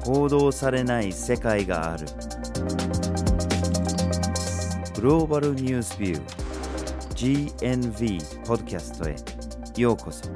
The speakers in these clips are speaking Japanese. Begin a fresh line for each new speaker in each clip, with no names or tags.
報道されない世界がある。グローバルニュースビュー GNV ポッドキャストへようこそ。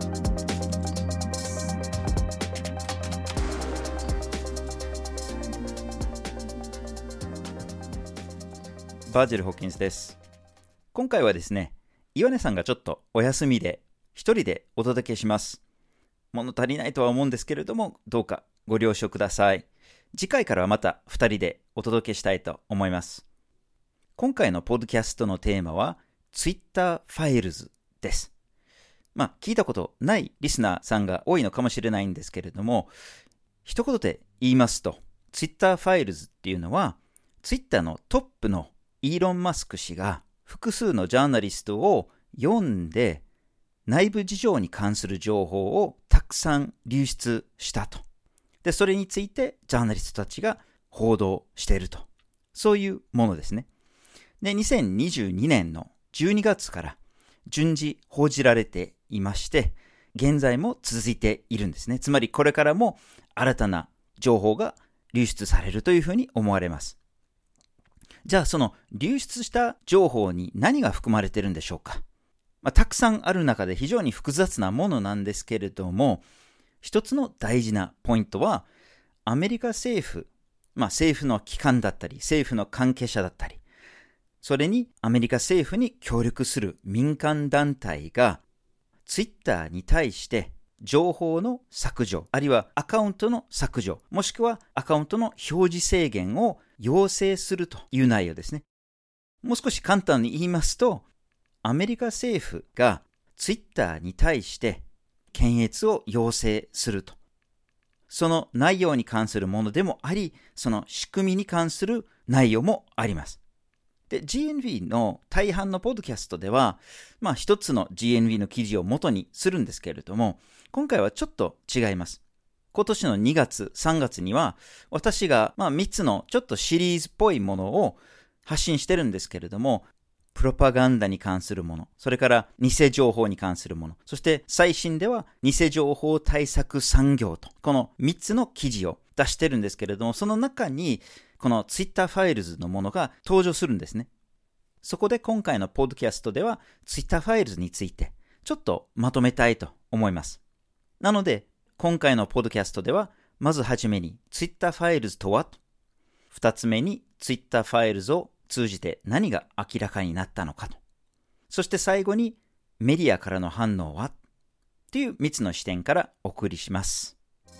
バージル・ホッキンスです。今回はですね、岩根さんがちょっとお休みで一人でお届けします。物足りないとは思うんですけれども、どうかご了承ください。次回からはまた2人でお届けしたいと思います。今回のポッドキャストのテーマは Twitter ファイルズです。聞いたことないリスナーさんが多いのかもしれないんですけれども、一言で言いますと Twitter ファイルズっていうのは Twitter のトップのイーロン・マスク氏が複数のジャーナリストを読んで内部事情に関する情報をたくさん流出したと。で、それについてジャーナリストたちが報道していると。そういうものですね。で、2022年の12月から順次報じられていまして、現在も続いているんですね。つまりこれからも新たな情報が流出されるというふうに思われます。じゃあその流出した情報に何が含まれているんでしょうか。たくさんある中で非常に複雑なものなんですけれども、一つの大事なポイントは、アメリカ政府、政府の機関だったり、政府の関係者だったり、それにアメリカ政府に協力する民間団体が、ツイッターに対して情報の削除、あるいはアカウントの削除、もしくはアカウントの表示制限を要請するという内容ですね。もう少し簡単に言いますと、アメリカ政府がツイッターに対して検閲を要請すると。その内容に関するものでもあり、その仕組みに関する内容もあります。で、GNV の大半のポッドキャストでは、一つの GNV の記事を元にするんですけれども、今回はちょっと違います。今年の2月、3月には、私が3つのちょっとシリーズっぽいものを発信してるんですけれども、プロパガンダに関するもの、それから偽情報に関するもの、そして最新では偽情報対策産業と、この3つの記事を出してるんですけれども、その中にこの Twitter ファイルズのものが登場するんですね。そこで今回のポッドキャストでは Twitter ファイルズについてちょっとまとめたいと思います。なので今回のポッドキャストではまずはじめに Twitter ファイルズとは、2つ目に Twitter ファイルズを通じて何が明らかになったのかと。そして最後にメディアからの反応はという3つの視点からお送りします。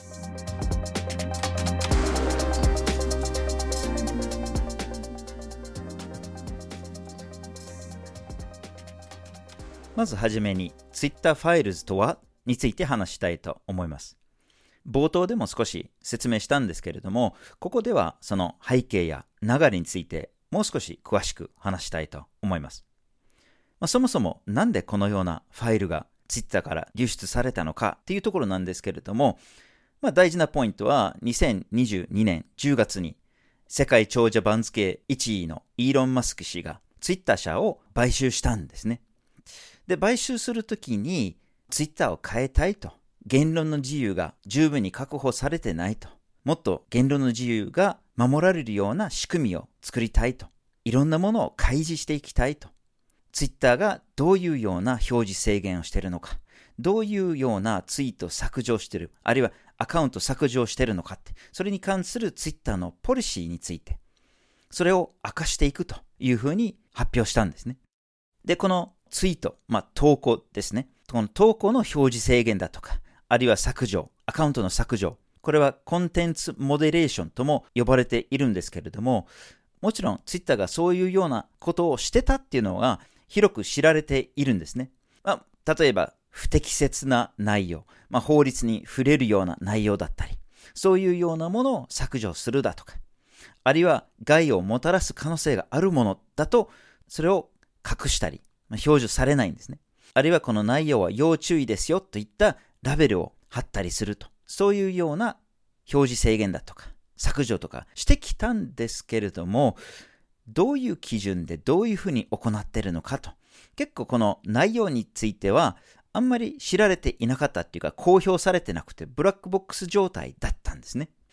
まずはじめに Twitter ファイルズとはについて話したいと思います。冒頭でも少し説明したんですけれども、ここではその背景や流れについてもう少し詳しく話したいと思います。そもそもなんでこのようなファイルがツイッターから流出されたのかっていうところなんですけれども、大事なポイントは2022年10月に世界長者番付1位のイーロン・マスク氏がツイッター社を買収したんですね。で、買収するときにツイッターを変えたいと、言論の自由が十分に確保されてないと、もっと言論の自由が守られるような仕組みを作りたいと、いろんなものを開示していきたいと、ツイッターがどういうような表示制限をしているのか、どういうようなツイートを削除している、あるいはアカウント削除しているのかって、それに関するツイッターのポリシーについて、それを明かしていくというふうに発表したんですね。で、このツイート、投稿ですね。この投稿の表示制限だとか、あるいは削除、アカウントの削除、これはコンテンツモデレーションとも呼ばれているんですけれども、もちろんツイッターがそういうようなことをしてたっていうのが広く知られているんですね。例えば不適切な内容、法律に触れるような内容だったり、そういうようなものを削除するだとか、あるいは害をもたらす可能性があるものだと、それを隠したり、表示されないんですね。あるいはこの内容は要注意ですよといったラベルを貼ったりすると、そういうような表示制限だとか削除とかしてきたんですけれども、どういう基準でどういうふうに行っているのかと、結構この内容についてはあんまり知られていなかったっていうか、公表されてなくてブラックボックス状態だったんですね。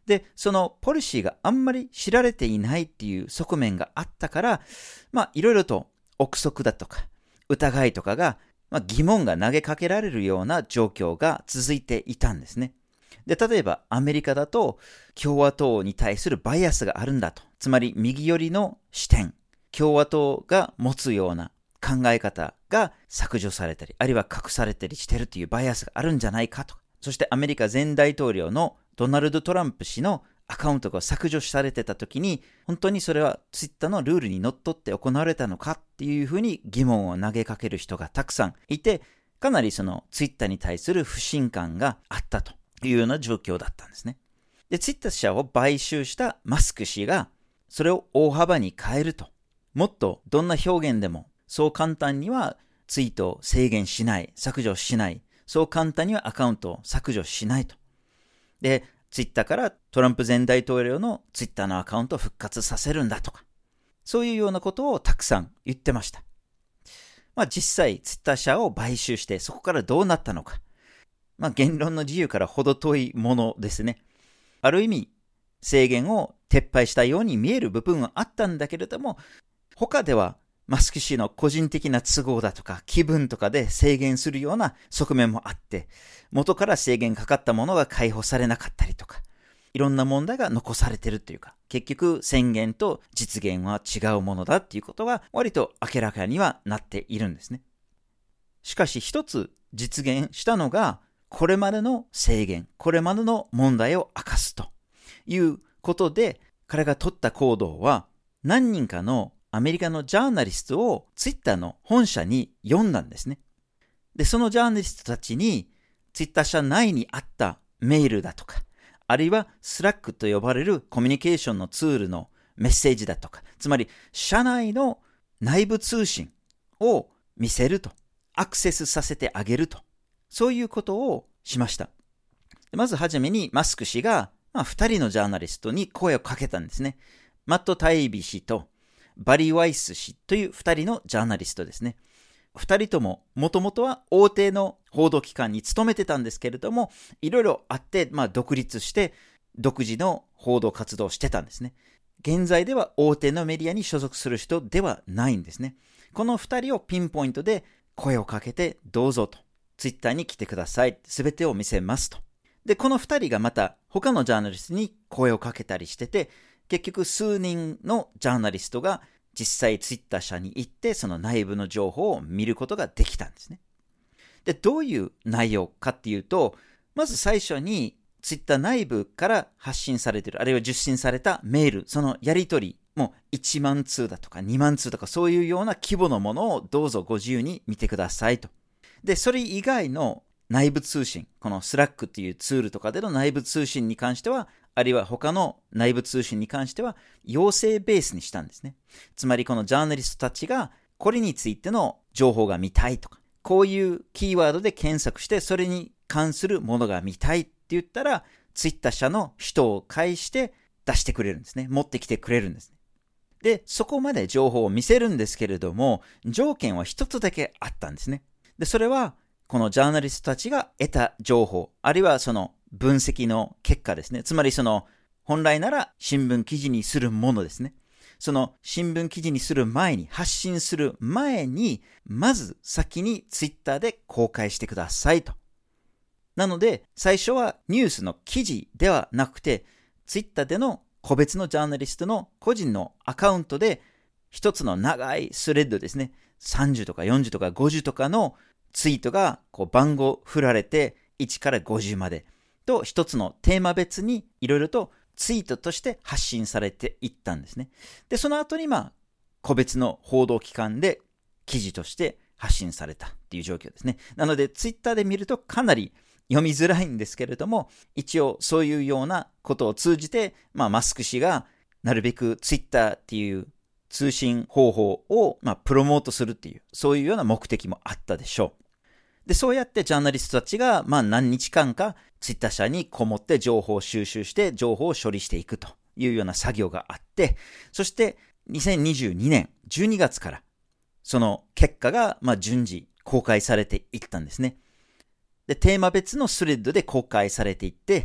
で、そのポリシーがあんまり知られていないっていう側面があったから、いろいろと憶測だとか疑いとかが、疑問が投げかけられるような状況が続いていたんですね。で、例えばアメリカだと共和党に対するバイアスがあるんだと。つまり右寄りの視点、共和党が持つような考え方が削除されたり、あるいは隠されたりしているというバイアスがあるんじゃないかと。そしてアメリカ前大統領のドナルド・トランプ氏のアカウントが削除されてた時に、本当にそれはツイッターのルールにのっとって行われたのかっていうふうに疑問を投げかける人がたくさんいて、かなりそのツイッターに対する不信感があったというような状況だったんですね。で、ツイッター社を買収したマスク氏がそれを大幅に変えると。もっとどんな表現でもそう簡単にはツイートを制限しない、削除しない、そう簡単にはアカウントを削除しないと。で、ツイッターからトランプ前大統領のツイッターのアカウントを復活させるんだとか、そういうようなことをたくさん言ってました。実際ツイッター社を買収してそこからどうなったのか。言論の自由から程遠いものですね。ある意味制限を撤廃したように見える部分はあったんだけれども、他ではマスク氏の個人的な都合だとか気分とかで制限するような側面もあって、元から制限かかったものが解放されなかったりとか、いろんな問題が残されているというか、結局宣言と実現は違うものだっていうことが割と明らかにはなっているんですね。しかし一つ実現したのが、これまでの制限、これまでの問題を明かすということで、彼が取った行動は何人かのアメリカのジャーナリストをツイッターの本社に呼んだんですね。で、そのジャーナリストたちにツイッター社内にあったメールだとか、あるいはスラックと呼ばれるコミュニケーションのツールのメッセージだとか、つまり社内の内部通信を見せると、アクセスさせてあげると、そういうことをしました。まずはじめにマスク氏が2人のジャーナリストに声をかけたんですね。マット・タイビ氏とバリー・ワイス氏という2人のジャーナリストですね。2人とももともとは大手の報道機関に勤めてたんですけれども、いろいろあって、独立して独自の報道活動をしてたんですね。現在では大手のメディアに所属する人ではないんですね。この2人をピンポイントで声をかけて、どうぞと、ツイッターに来てください、すべてを見せますと。で、この2人がまた他のジャーナリストに声をかけたりしてて、結局数人のジャーナリストが実際ツイッター社に行ってその内部の情報を見ることができたんですね。で、どういう内容かっていうと、まず最初にツイッター内部から発信されている、あるいは受信されたメール、そのやり取りも1万通だとか2万通とかそういうような規模のものをどうぞご自由に見てくださいと。で、それ以外の内部通信、このスラックっていうツールとかでの内部通信に関しては、あるいは他の内部通信に関しては要請ベースにしたんですね。つまりこのジャーナリストたちがこれについての情報が見たいとか、こういうキーワードで検索してそれに関するものが見たいって言ったら、ツイッター社の人を介して出してくれるんですね。持ってきてくれるんですね。で、そこまで情報を見せるんですけれども、条件は一つだけあったんですね。で、それはこのジャーナリストたちが得た情報、あるいはその分析の結果ですね。つまりその本来なら新聞記事にするものですね。その新聞記事にする前に、発信する前に、まず先にツイッターで公開してくださいと。なので最初はニュースの記事ではなくて、ツイッターでの個別のジャーナリストの個人のアカウントで一つの長いスレッドですね。30とか40とか50とかのツイートが番号振られて1から50までと一つのテーマ別にいろいろとツイートとして発信されていったんですね。で、その後に個別の報道機関で記事として発信されたっていう状況ですね。なのでツイッターで見るとかなり読みづらいんですけれども、一応そういうようなことを通じて、マスク氏がなるべくツイッターっていう通信方法をプロモートするっていう、そういうような目的もあったでしょう。で、そうやってジャーナリストたちが何日間かツイッター社にこもって情報を収集して情報を処理していくというような作業があって、そして2022年12月からその結果が順次公開されていったんですね。で、テーマ別のスレッドで公開されていって、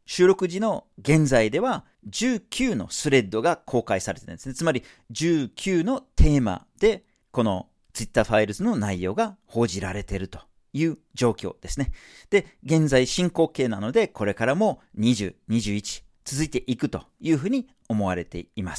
収録時の現在では19のスレッドが公開されているんですね。つまり19のテーマでこの Twitter ファイルズの内容が報じられているという状況ですね。で、現在進行形なのでこれからも20、21続いていくというふうに思われています。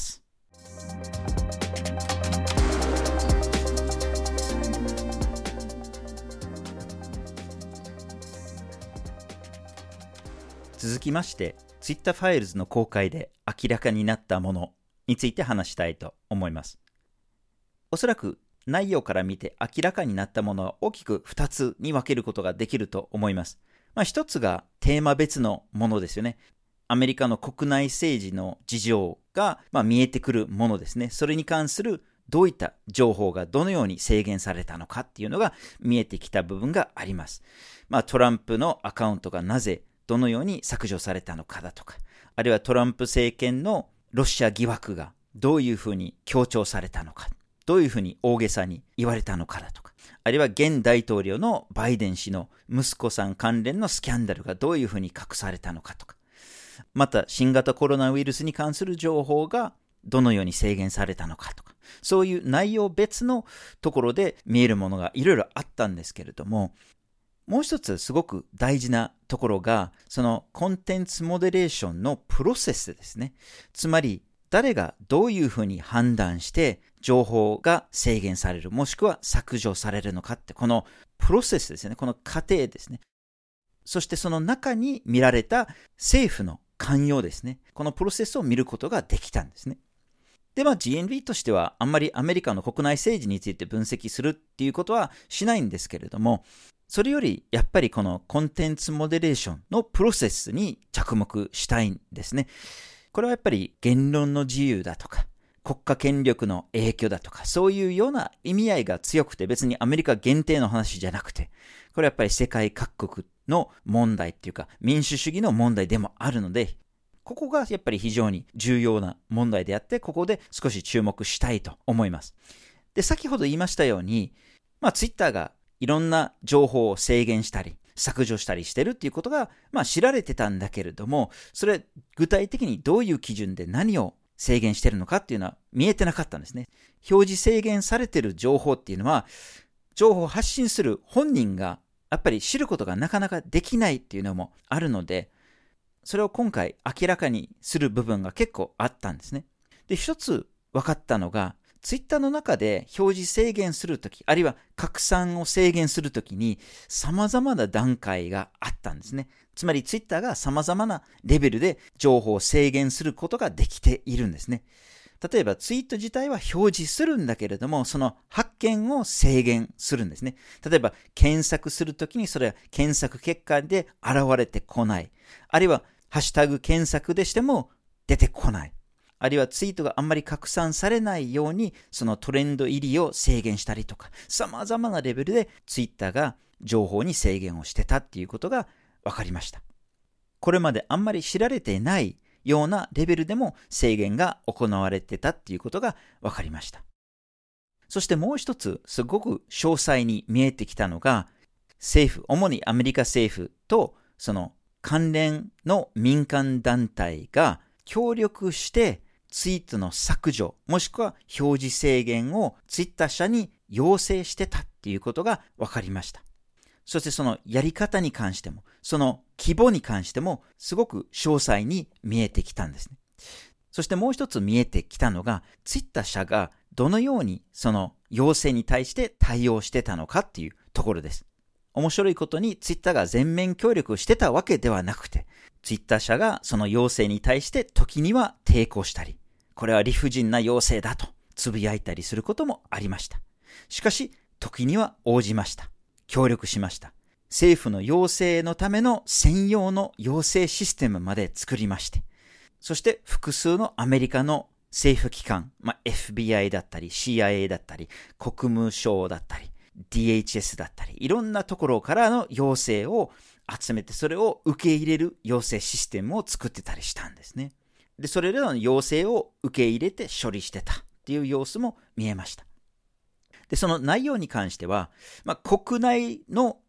続きまして、Twitter ファイルズの公開で明らかになったものについて話したいと思います。おそらく内容から見て明らかになったものは大きく2つに分けることができると思います。1つがテーマ別のものですよね。アメリカの国内政治の事情が見えてくるものですね。それに関するどういった情報がどのように制限されたのかっていうのが見えてきた部分があります。トランプのアカウントがなぜどのように削除されたのかだとか、あるいはトランプ政権のロシア疑惑がどういうふうに強調されたのか、どういうふうに大げさに言われたのかだとか、あるいは現大統領のバイデン氏の息子さん関連のスキャンダルがどういうふうに隠されたのかとか、また新型コロナウイルスに関する情報がどのように制限されたのかとか、そういう内容別のところで見えるものがいろいろあったんですけれども、もう一つすごく大事なところが、そのコンテンツモデレーションのプロセスですね。つまり、誰がどういうふうに判断して情報が制限される、もしくは削除されるのかって、このプロセスですね。この過程ですね。そしてその中に見られた政府の関与ですね。このプロセスを見ることができたんですね。で、GNV としてはあんまりアメリカの国内政治について分析するっていうことはしないんですけれども、それよりやっぱりこのコンテンツモデレーションのプロセスに着目したいんですね。これはやっぱり言論の自由だとか、国家権力の影響だとか、そういうような意味合いが強くて、別にアメリカ限定の話じゃなくて、これはやっぱり世界各国の問題っていうか、民主主義の問題でもあるので、ここがやっぱり非常に重要な問題であって、ここで少し注目したいと思います。で、先ほど言いましたように、ツイッターがいろんな情報を制限したり、削除したりしてるっていうことが、知られてたんだけれども、それ具体的にどういう基準で何を制限してるのかっていうのは見えてなかったんですね。表示制限されてる情報っていうのは、情報を発信する本人がやっぱり知ることがなかなかできないっていうのもあるので、それを今回明らかにする部分が結構あったんですね。で、一つ分かったのが、ツイッターの中で表示制限するとき、あるいは拡散を制限するときに様々な段階があったんですね。つまりツイッターが様々なレベルで情報を制限することができているんですね。例えばツイート自体は表示するんだけれども、その発見を制限するんですね。例えば検索するときにそれは検索結果で現れてこない。あるいはハッシュタグ検索でしても出てこない。あるいはツイートがあんまり拡散されないようにそのトレンド入りを制限したりとか、様々なレベルでツイッターが情報に制限をしてたっていうことが分かりました。これまであんまり知られていないようなレベルでも制限が行われてたっていうことが分かりました。そしてもう一つすごく詳細に見えてきたのが、政府、主にアメリカ政府とその関連の民間団体が協力してツイートの削除もしくは表示制限をツイッター社に要請してたっていうことが分かりました。そしてそのやり方に関してもその規模に関してもすごく詳細に見えてきたんですね。そしてもう一つ見えてきたのがツイッター社がどのようにその要請に対して対応してたのかっていうところです。面白いことにツイッターが全面協力してたわけではなくて、ツイッター社がその要請に対して時には抵抗したり、これは理不尽な要請だとつぶやいたりすることもありました。しかし時には応じました。協力しました。政府の要請のための専用の要請システムまで作りまして、そして複数のアメリカの政府機関、FBI だったり CIA だったり国務省だったりDHS だったりいろんなところからの要請を集めてそれを受け入れる要請システムを作ってたりしたんですね。で、それらの要請を受け入れて処理してたっていう様子も見えました。で、その内容に関しては、国内の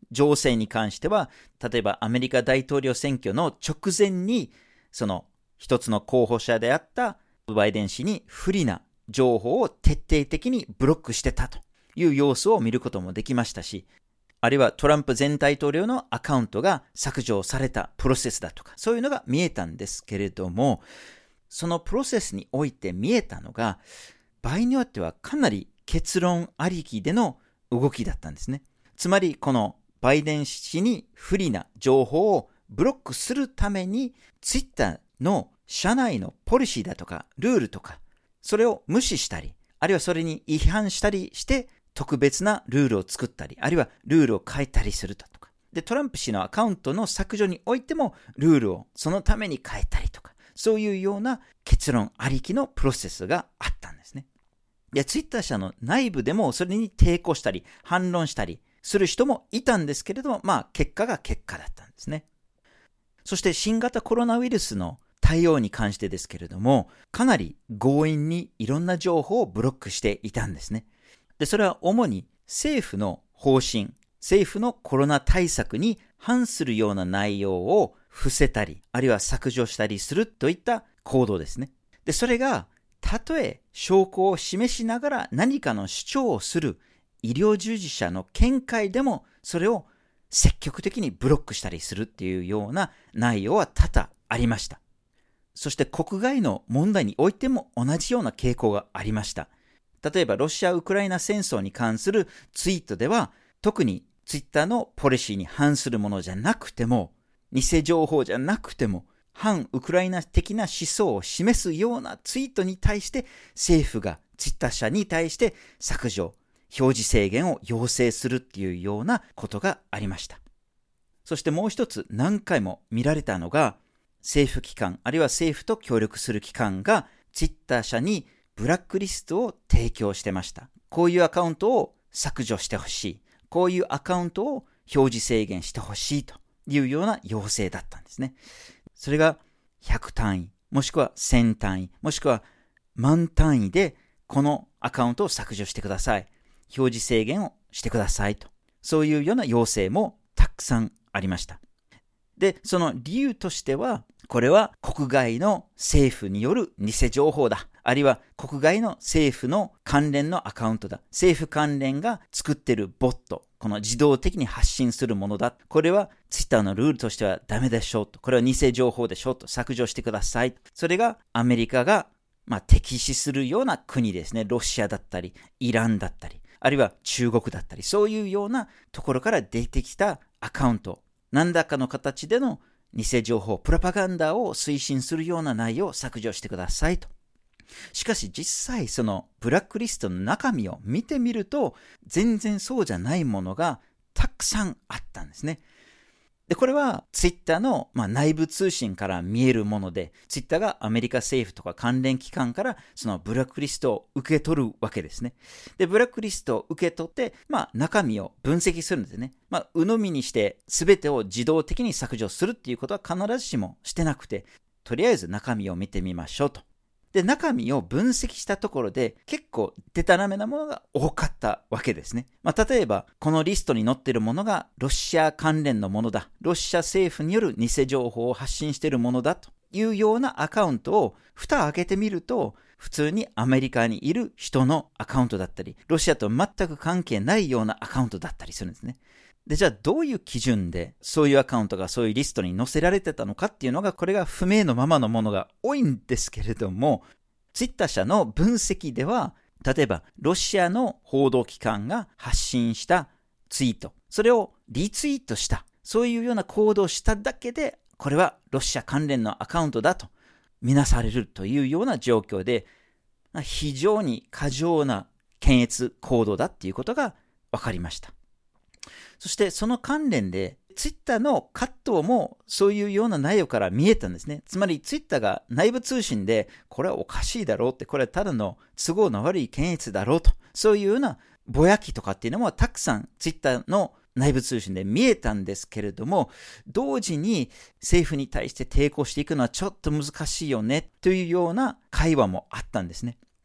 情勢に関しては、例えばアメリカ大統領選挙の直前に、その一つの候補者であったバイデン氏に不利な情報を徹底的にブロックしてたという様子を見ることもできましたし、あるいはトランプ前大統領のアカウントが削除されたプロセスだとか、そういうのが見えたんですけれども、そのプロセスにおいて見えたのが、場合によってはかなり結論ありきでの動きだったんですね。つまりこのバイデン氏に不利な情報をブロックするために、ツイッターの社内のポリシーだとかルールとか、それを無視したり、あるいはそれに違反したりして特別なルールを作ったり、あるいはルールを変えたりするだとか。で、トランプ氏のアカウントの削除においてもルールをそのために変えたりとか、そういうような結論ありきのプロセスがあったんですね。で、ツイッター社の内部でもそれに抵抗したり、反論したりする人もいたんですけれども、結果が結果だったんですね。そして新型コロナウイルスの対応に関してですけれども、かなり強引にいろんな情報をブロックしていたんですね。で、それは主に政府の方針、政府のコロナ対策に反するような内容を伏せたり、あるいは削除したりするといった行動ですね。で、それがたとえ証拠を示しながら何かの主張をする医療従事者の見解でも、それを積極的にブロックしたりするっていうような内容は多々ありました。そして国外の問題においても同じような傾向がありました。例えばロシア・ウクライナ戦争に関するツイートでは、特にツイッターのポリシーに反するものじゃなくても、偽情報じゃなくても、反ウクライナ的な思想を示すようなツイートに対して、政府がツイッター社に対して削除、表示制限を要請するっていうようなことがありました。そしてもう一つ何回も見られたのが、政府機関、あるいは政府と協力する機関がツイッター社にブラックリストを提供してました。こういうアカウントを削除してほしい。こういうアカウントを表示制限してほしいというような要請だったんですね。それが100単位、もしくは1000単位、もしくは万単位でこのアカウントを削除してください。表示制限をしてくださいと。そういうような要請もたくさんありました。で、その理由としては、これは国外の政府による偽情報だ。あるいは国外の政府の関連のアカウントだ。政府関連が作っているボット。この自動的に発信するものだ。これはツイッターのルールとしてはダメでしょうと。これは偽情報でしょうと。削除してください。それがアメリカが敵視するような国ですね。ロシアだったり、イランだったり、あるいは中国だったり、そういうようなところから出てきたアカウント。何らかの形での偽情報、プロパガンダを推進するような内容を削除してくださいと。しかし実際そのブラックリストの中身を見てみると、全然そうじゃないものがたくさんあったんですね。で、これはツイッターの内部通信から見えるもので、ツイッターがアメリカ政府とか関連機関からそのブラックリストを受け取るわけですね。で、ブラックリストを受け取って、中身を分析するんですね。鵜呑みにして全てを自動的に削除するっていうことは必ずしもしてなくて、とりあえず中身を見てみましょうと。で、中身を分析したところで結構デタラメなものが多かったわけですね。例えば、このリストに載っているものがロシア関連のものだ。ロシア政府による偽情報を発信しているものだというようなアカウントを蓋を開けてみると、普通にアメリカにいる人のアカウントだったり、ロシアと全く関係ないようなアカウントだったりするんですね。で、じゃあどういう基準でそういうアカウントがそういうリストに載せられてたのかっていうのが、これが不明のままのものが多いんですけれども、ツイッター社の分析では、例えばロシアの報道機関が発信したツイート、それをリツイートした、そういうような行動をしただけで、これはロシア関連のアカウントだとみなされるというような状況で、非常に過剰な検閲行動だっていうことが分かりました。そしてその関連でツイッターのカットもそういうような内容から見えたんですね。つまりツイッターが内部通信でこれはおかしいだろうって、これはただの都合の悪い検閲だろうと、そういうようなぼやきとかっていうのもたくさんツイッターの内部通信で見えたんですけれども、同時に政府に対して抵抗していくのはちょっと難しいよねというような会話もあったんですね。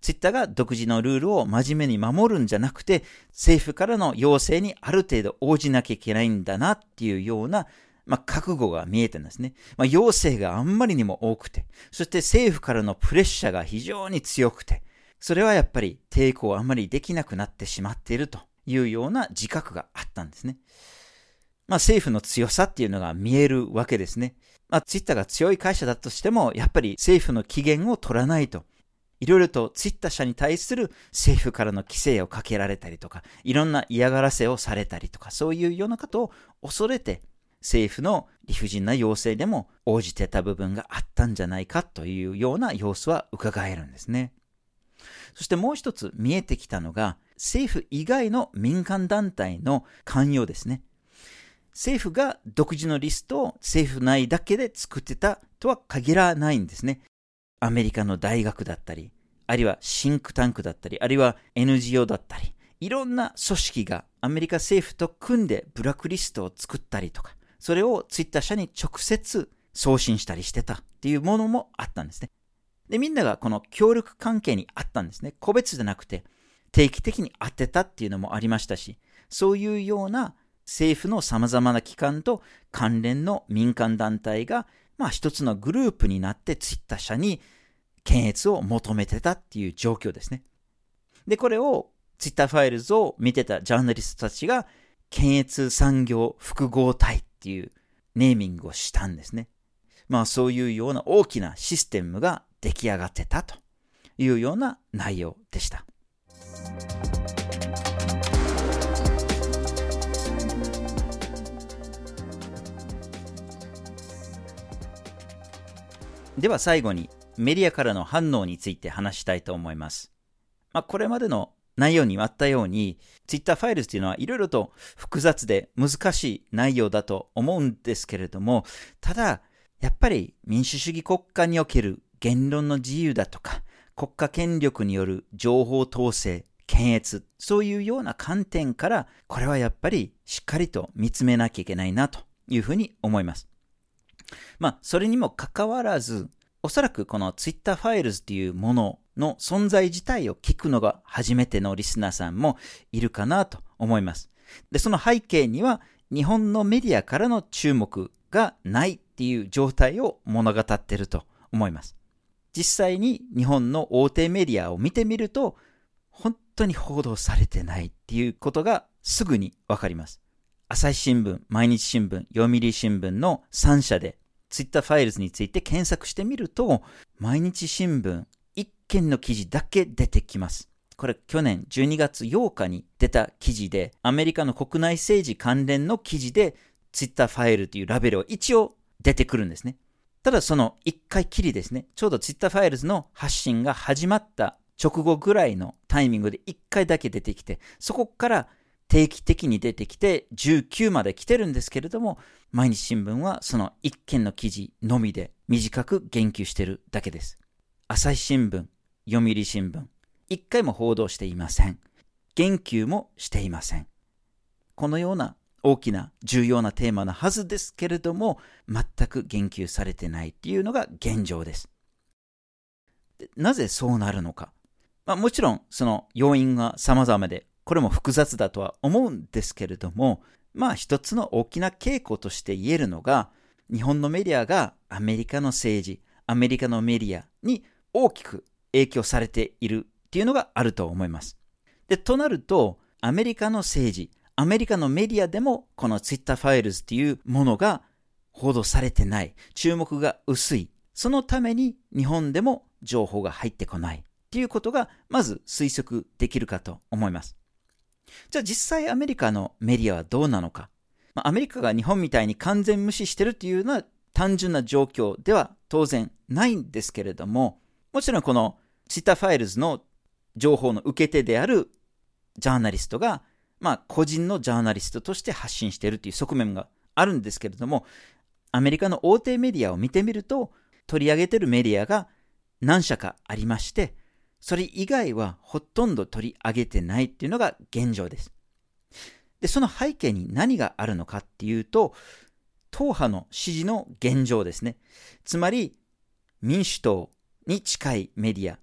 ツイッターが独自のルールを真面目に守るんじゃなくて、政府からの要請にある程度応じなきゃいけないんだなっていうような、覚悟が見えてるんですね。要請があんまりにも多くて、そして政府からのプレッシャーが非常に強くて、それはやっぱり抵抗あんまりできなくなってしまっているというような自覚があったんですね。政府の強さっていうのが見えるわけですね。ツイッターが強い会社だとしても、やっぱり政府の機嫌を取らないと。いろいろとツイッター社に対する政府からの規制をかけられたりとか、いろんな嫌がらせをされたりとか、そういうようなことを恐れて、政府の理不尽な要請でも応じてた部分があったんじゃないかというような様子は伺えるんですね。そしてもう一つ見えてきたのが、政府以外の民間団体の関与ですね。政府が独自のリストを政府内だけで作ってたとは限らないんですね。アメリカの大学だったり、あるいはシンクタンクだったり、あるいは NGO だったり、いろんな組織がアメリカ政府と組んでブラックリストを作ったりとか、それをツイッター社に直接送信したりしてたっていうものもあったんですね。で、みんながこの協力関係にあったんですね。個別じゃなくて定期的に会ってたっていうのもありましたし、そういうような政府の様々な機関と関連の民間団体が一つのグループになってツイッター社に検閲を求めてたっていう状況ですね。で、これをツイッターファイルズを見てたジャーナリストたちが検閲産業複合体っていうネーミングをしたんですね。そういうような大きなシステムが出来上がってたというような内容でした。では最後にメディアからの反応について話したいと思います。これまでの内容にあったように、Twitter ファイルズというのはいろいろと複雑で難しい内容だと思うんですけれども、ただ、やっぱり民主主義国家における言論の自由だとか、国家権力による情報統制、検閲、そういうような観点から、これはやっぱりしっかりと見つめなきゃいけないなというふうに思います。それにもかかわらず、おそらくこの Twitter ファイルズというものの存在自体を聞くのが初めてのリスナーさんもいるかなと思います。で、その背景には日本のメディアからの注目がないっていう状態を物語っていると思います。実際に日本の大手メディアを見てみると、本当に報道されてないっていうことがすぐにわかります。朝日新聞、毎日新聞、読売新聞の3社でツイッターファイルズについて検索してみると、毎日新聞1件の記事だけ出てきます。これ去年12月8日に出た記事で、アメリカの国内政治関連の記事でツイッターファイルというラベルを一応出てくるんですね。ただその1回きりですね、ちょうどツイッターファイルズの発信が始まった直後ぐらいのタイミングで1回だけ出てきて、そこから定期的に出てきて19まで来てるんですけれども、毎日新聞はその1件の記事のみで短く言及してるだけです。朝日新聞、読売新聞、1回も報道していません。言及もしていません。このような大きな重要なテーマのはずですけれども、全く言及されてないっていうのが現状です。なぜそうなるのか。もちろんその要因が様々で、これも複雑だとは思うんですけれども、一つの大きな傾向として言えるのが、日本のメディアがアメリカの政治、アメリカのメディアに大きく影響されているっていうのがあると思います。で、となると、アメリカの政治、アメリカのメディアでもこの Twitter ファイルズっていうものが報道されてない、注目が薄い、そのために日本でも情報が入ってこないっていうことがまず推測できるかと思います。じゃあ実際アメリカのメディアはどうなのか。アメリカが日本みたいに完全無視してるというような単純な状況では当然ないんですけれども、もちろんこのツイッターファイルズの情報の受け手であるジャーナリストが、個人のジャーナリストとして発信しているという側面があるんですけれども、アメリカの大手メディアを見てみると、取り上げているメディアが何社かありまして、それ以外はほとんど取り上げてないっていうのが現状です。で、その背景に何があるのかっていうと、党派の支持の現状ですね。つまり、民主党に近いメディア、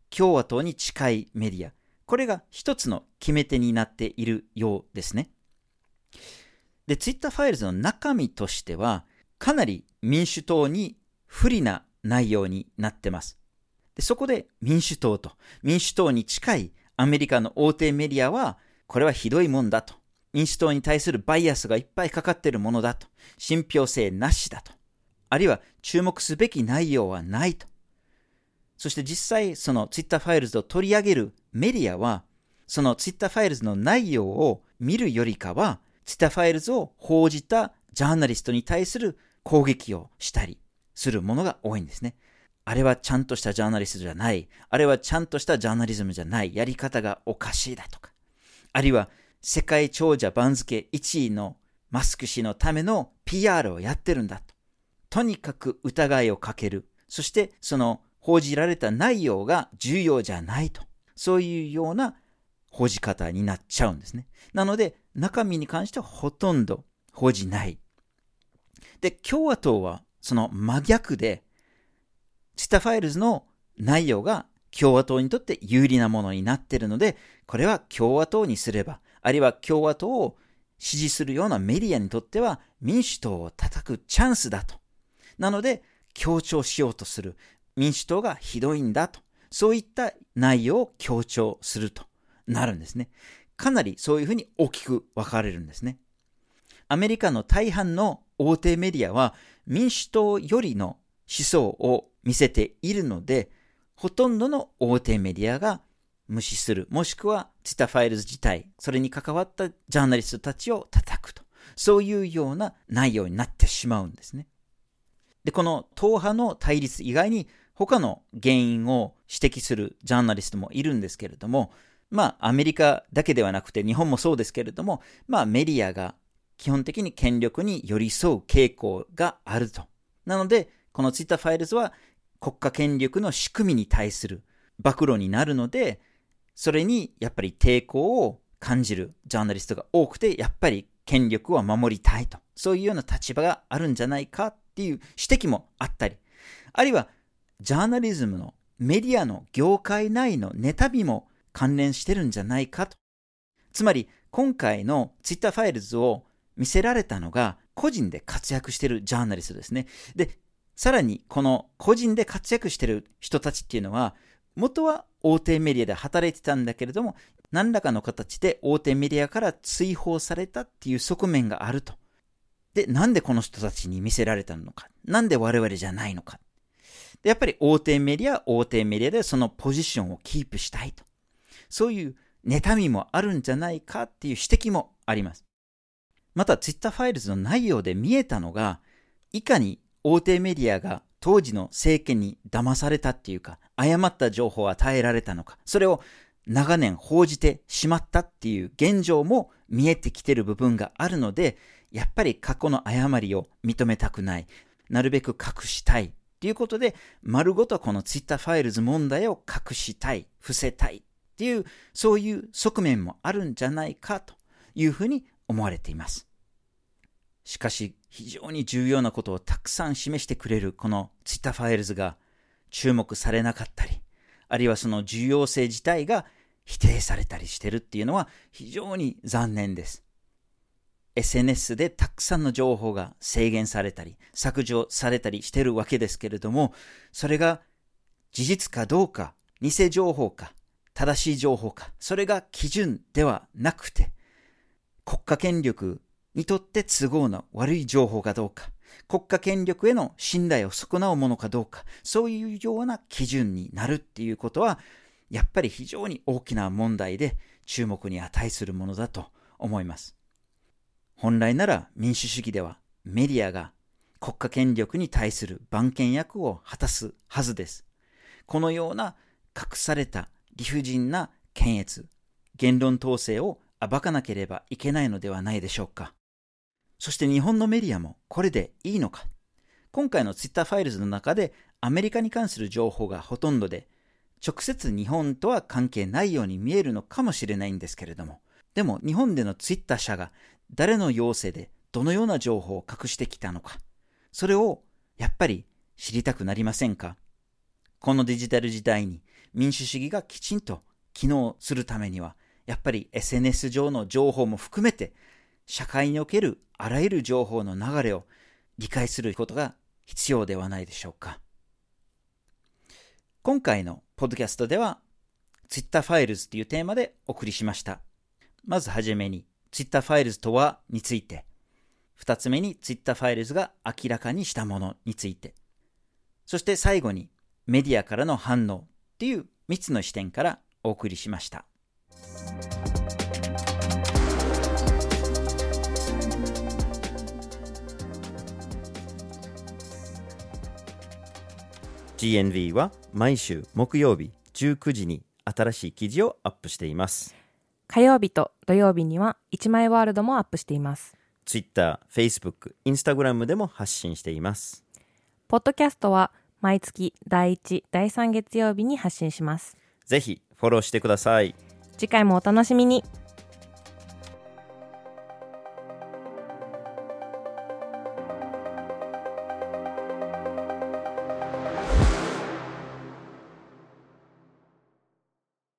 共和党に近いメディア、これが一つの決め手になっているようですね。で、ツイッターファイルズの中身としては、かなり民主党に不利な内容になってます。で、そこで民主党に近いアメリカの大手メディアは、これはひどいもんだと。民主党に対するバイアスがいっぱいかかっているものだと。信憑性なしだと。あるいは注目すべき内容はないと。そして実際、そのツイッターファイルズを取り上げるメディアは、そのツイッターファイルズの内容を見るよりかは、ツイッターファイルズを報じたジャーナリストに対する攻撃をしたりするものが多いんですね。あれはちゃんとしたジャーナリストじゃない。あれはちゃんとしたジャーナリズムじゃない。やり方がおかしいだとか。あるいは世界長者番付1位のマスク氏のための PR をやってるんだと。とにかく疑いをかける。そしてその報じられた内容が重要じゃないと。そういうような報じ方になっちゃうんですね。なので中身に関してはほとんど報じない。で、共和党はその真逆で、ツイッターファイルズの内容が共和党にとって有利なものになっているので、これは共和党にすれば、あるいは共和党を支持するようなメディアにとっては民主党を叩くチャンスだと。なので強調しようとする。民主党がひどいんだと。そういった内容を強調するとなるんですね。かなりそういうふうに大きく分かれるんですね。アメリカの大半の大手メディアは民主党よりの思想を見せているので、ほとんどの大手メディアが無視する、もしくはツイッターファイルズ自体、それに関わったジャーナリストたちを叩くと、そういうような内容になってしまうんですね。で、この党派の対立以外に他の原因を指摘するジャーナリストもいるんですけれども、アメリカだけではなくて日本もそうですけれども、メディアが基本的に権力に寄り添う傾向があると。なので、このツイッターファイルズは国家権力の仕組みに対する暴露になるので、それにやっぱり抵抗を感じるジャーナリストが多くて、やっぱり権力を守りたいと。そういうような立場があるんじゃないかっていう指摘もあったり、あるいはジャーナリズムのメディアの業界内の妬みも関連してるんじゃないかと。つまり今回のツイッターファイルズを見せられたのが個人で活躍しているジャーナリストですね。で、さらにこの個人で活躍している人たちっていうのは、元は大手メディアで働いてたんだけれども、何らかの形で大手メディアから追放されたっていう側面があると。で、なんでこの人たちに見せられたのか。なんで我々じゃないのか。で、やっぱり大手メディアでそのポジションをキープしたいと。そういう妬みもあるんじゃないかっていう指摘もあります。また、ツイッターファイルズの内容で見えたのが、いかに大手メディアが当時の政権に騙されたっていうか、誤った情報を与えられたのか、それを長年報じてしまったっていう現状も見えてきている部分があるので、やっぱり過去の誤りを認めたくない、なるべく隠したいということで、丸ごとこのツイッターファイルズ問題を隠したい、伏せたいっていう、そういう側面もあるんじゃないかというふうに思われています。しかし、非常に重要なことをたくさん示してくれるこのツイッターファイルズが注目されなかったり、あるいはその重要性自体が否定されたりしているっていうのは非常に残念です。SNS でたくさんの情報が制限されたり、削除されたりしているわけですけれども、それが事実かどうか、偽情報か、正しい情報か、それが基準ではなくて、国家権力にとって都合の悪い情報かどうか、国家権力への信頼を損なうものかどうか、そういうような基準になるっていうことは、やっぱり非常に大きな問題で注目に値するものだと思います。本来なら民主主義ではメディアが国家権力に対する番犬役を果たすはずです。このような隠された理不尽な検閲、言論統制を暴かなければいけないのではないでしょうか。そして日本のメディアもこれでいいのか。今回のツイッターファイルズの中でアメリカに関する情報がほとんどで、直接日本とは関係ないように見えるのかもしれないんですけれども、でも日本でのツイッター社が誰の要請でどのような情報を隠してきたのか、それをやっぱり知りたくなりませんか？このデジタル時代に民主主義がきちんと機能するためには、やっぱり SNS 上の情報も含めて、社会におけるあらゆる情報の流れを理解することが必要ではないでしょうか。今回のポッドキャストでは、Twitter ファイルズというテーマでお送りしました。まずはじめに、Twitter ファイルズとはについて、二つ目に Twitter ファイルズが明らかにしたものについて、そして最後にメディアからの反応という3つの視点からお送りしました。
GNV は毎週木曜日19時に新しい記事をアップしています。
火曜日と土曜日には1枚ワールドもアップしています。
Twitter、Facebook、Instagram でも発信しています。
ポッドキャストは毎月第1、第3月曜日に発信します。
ぜひフォローしてください。
次回もお楽しみに。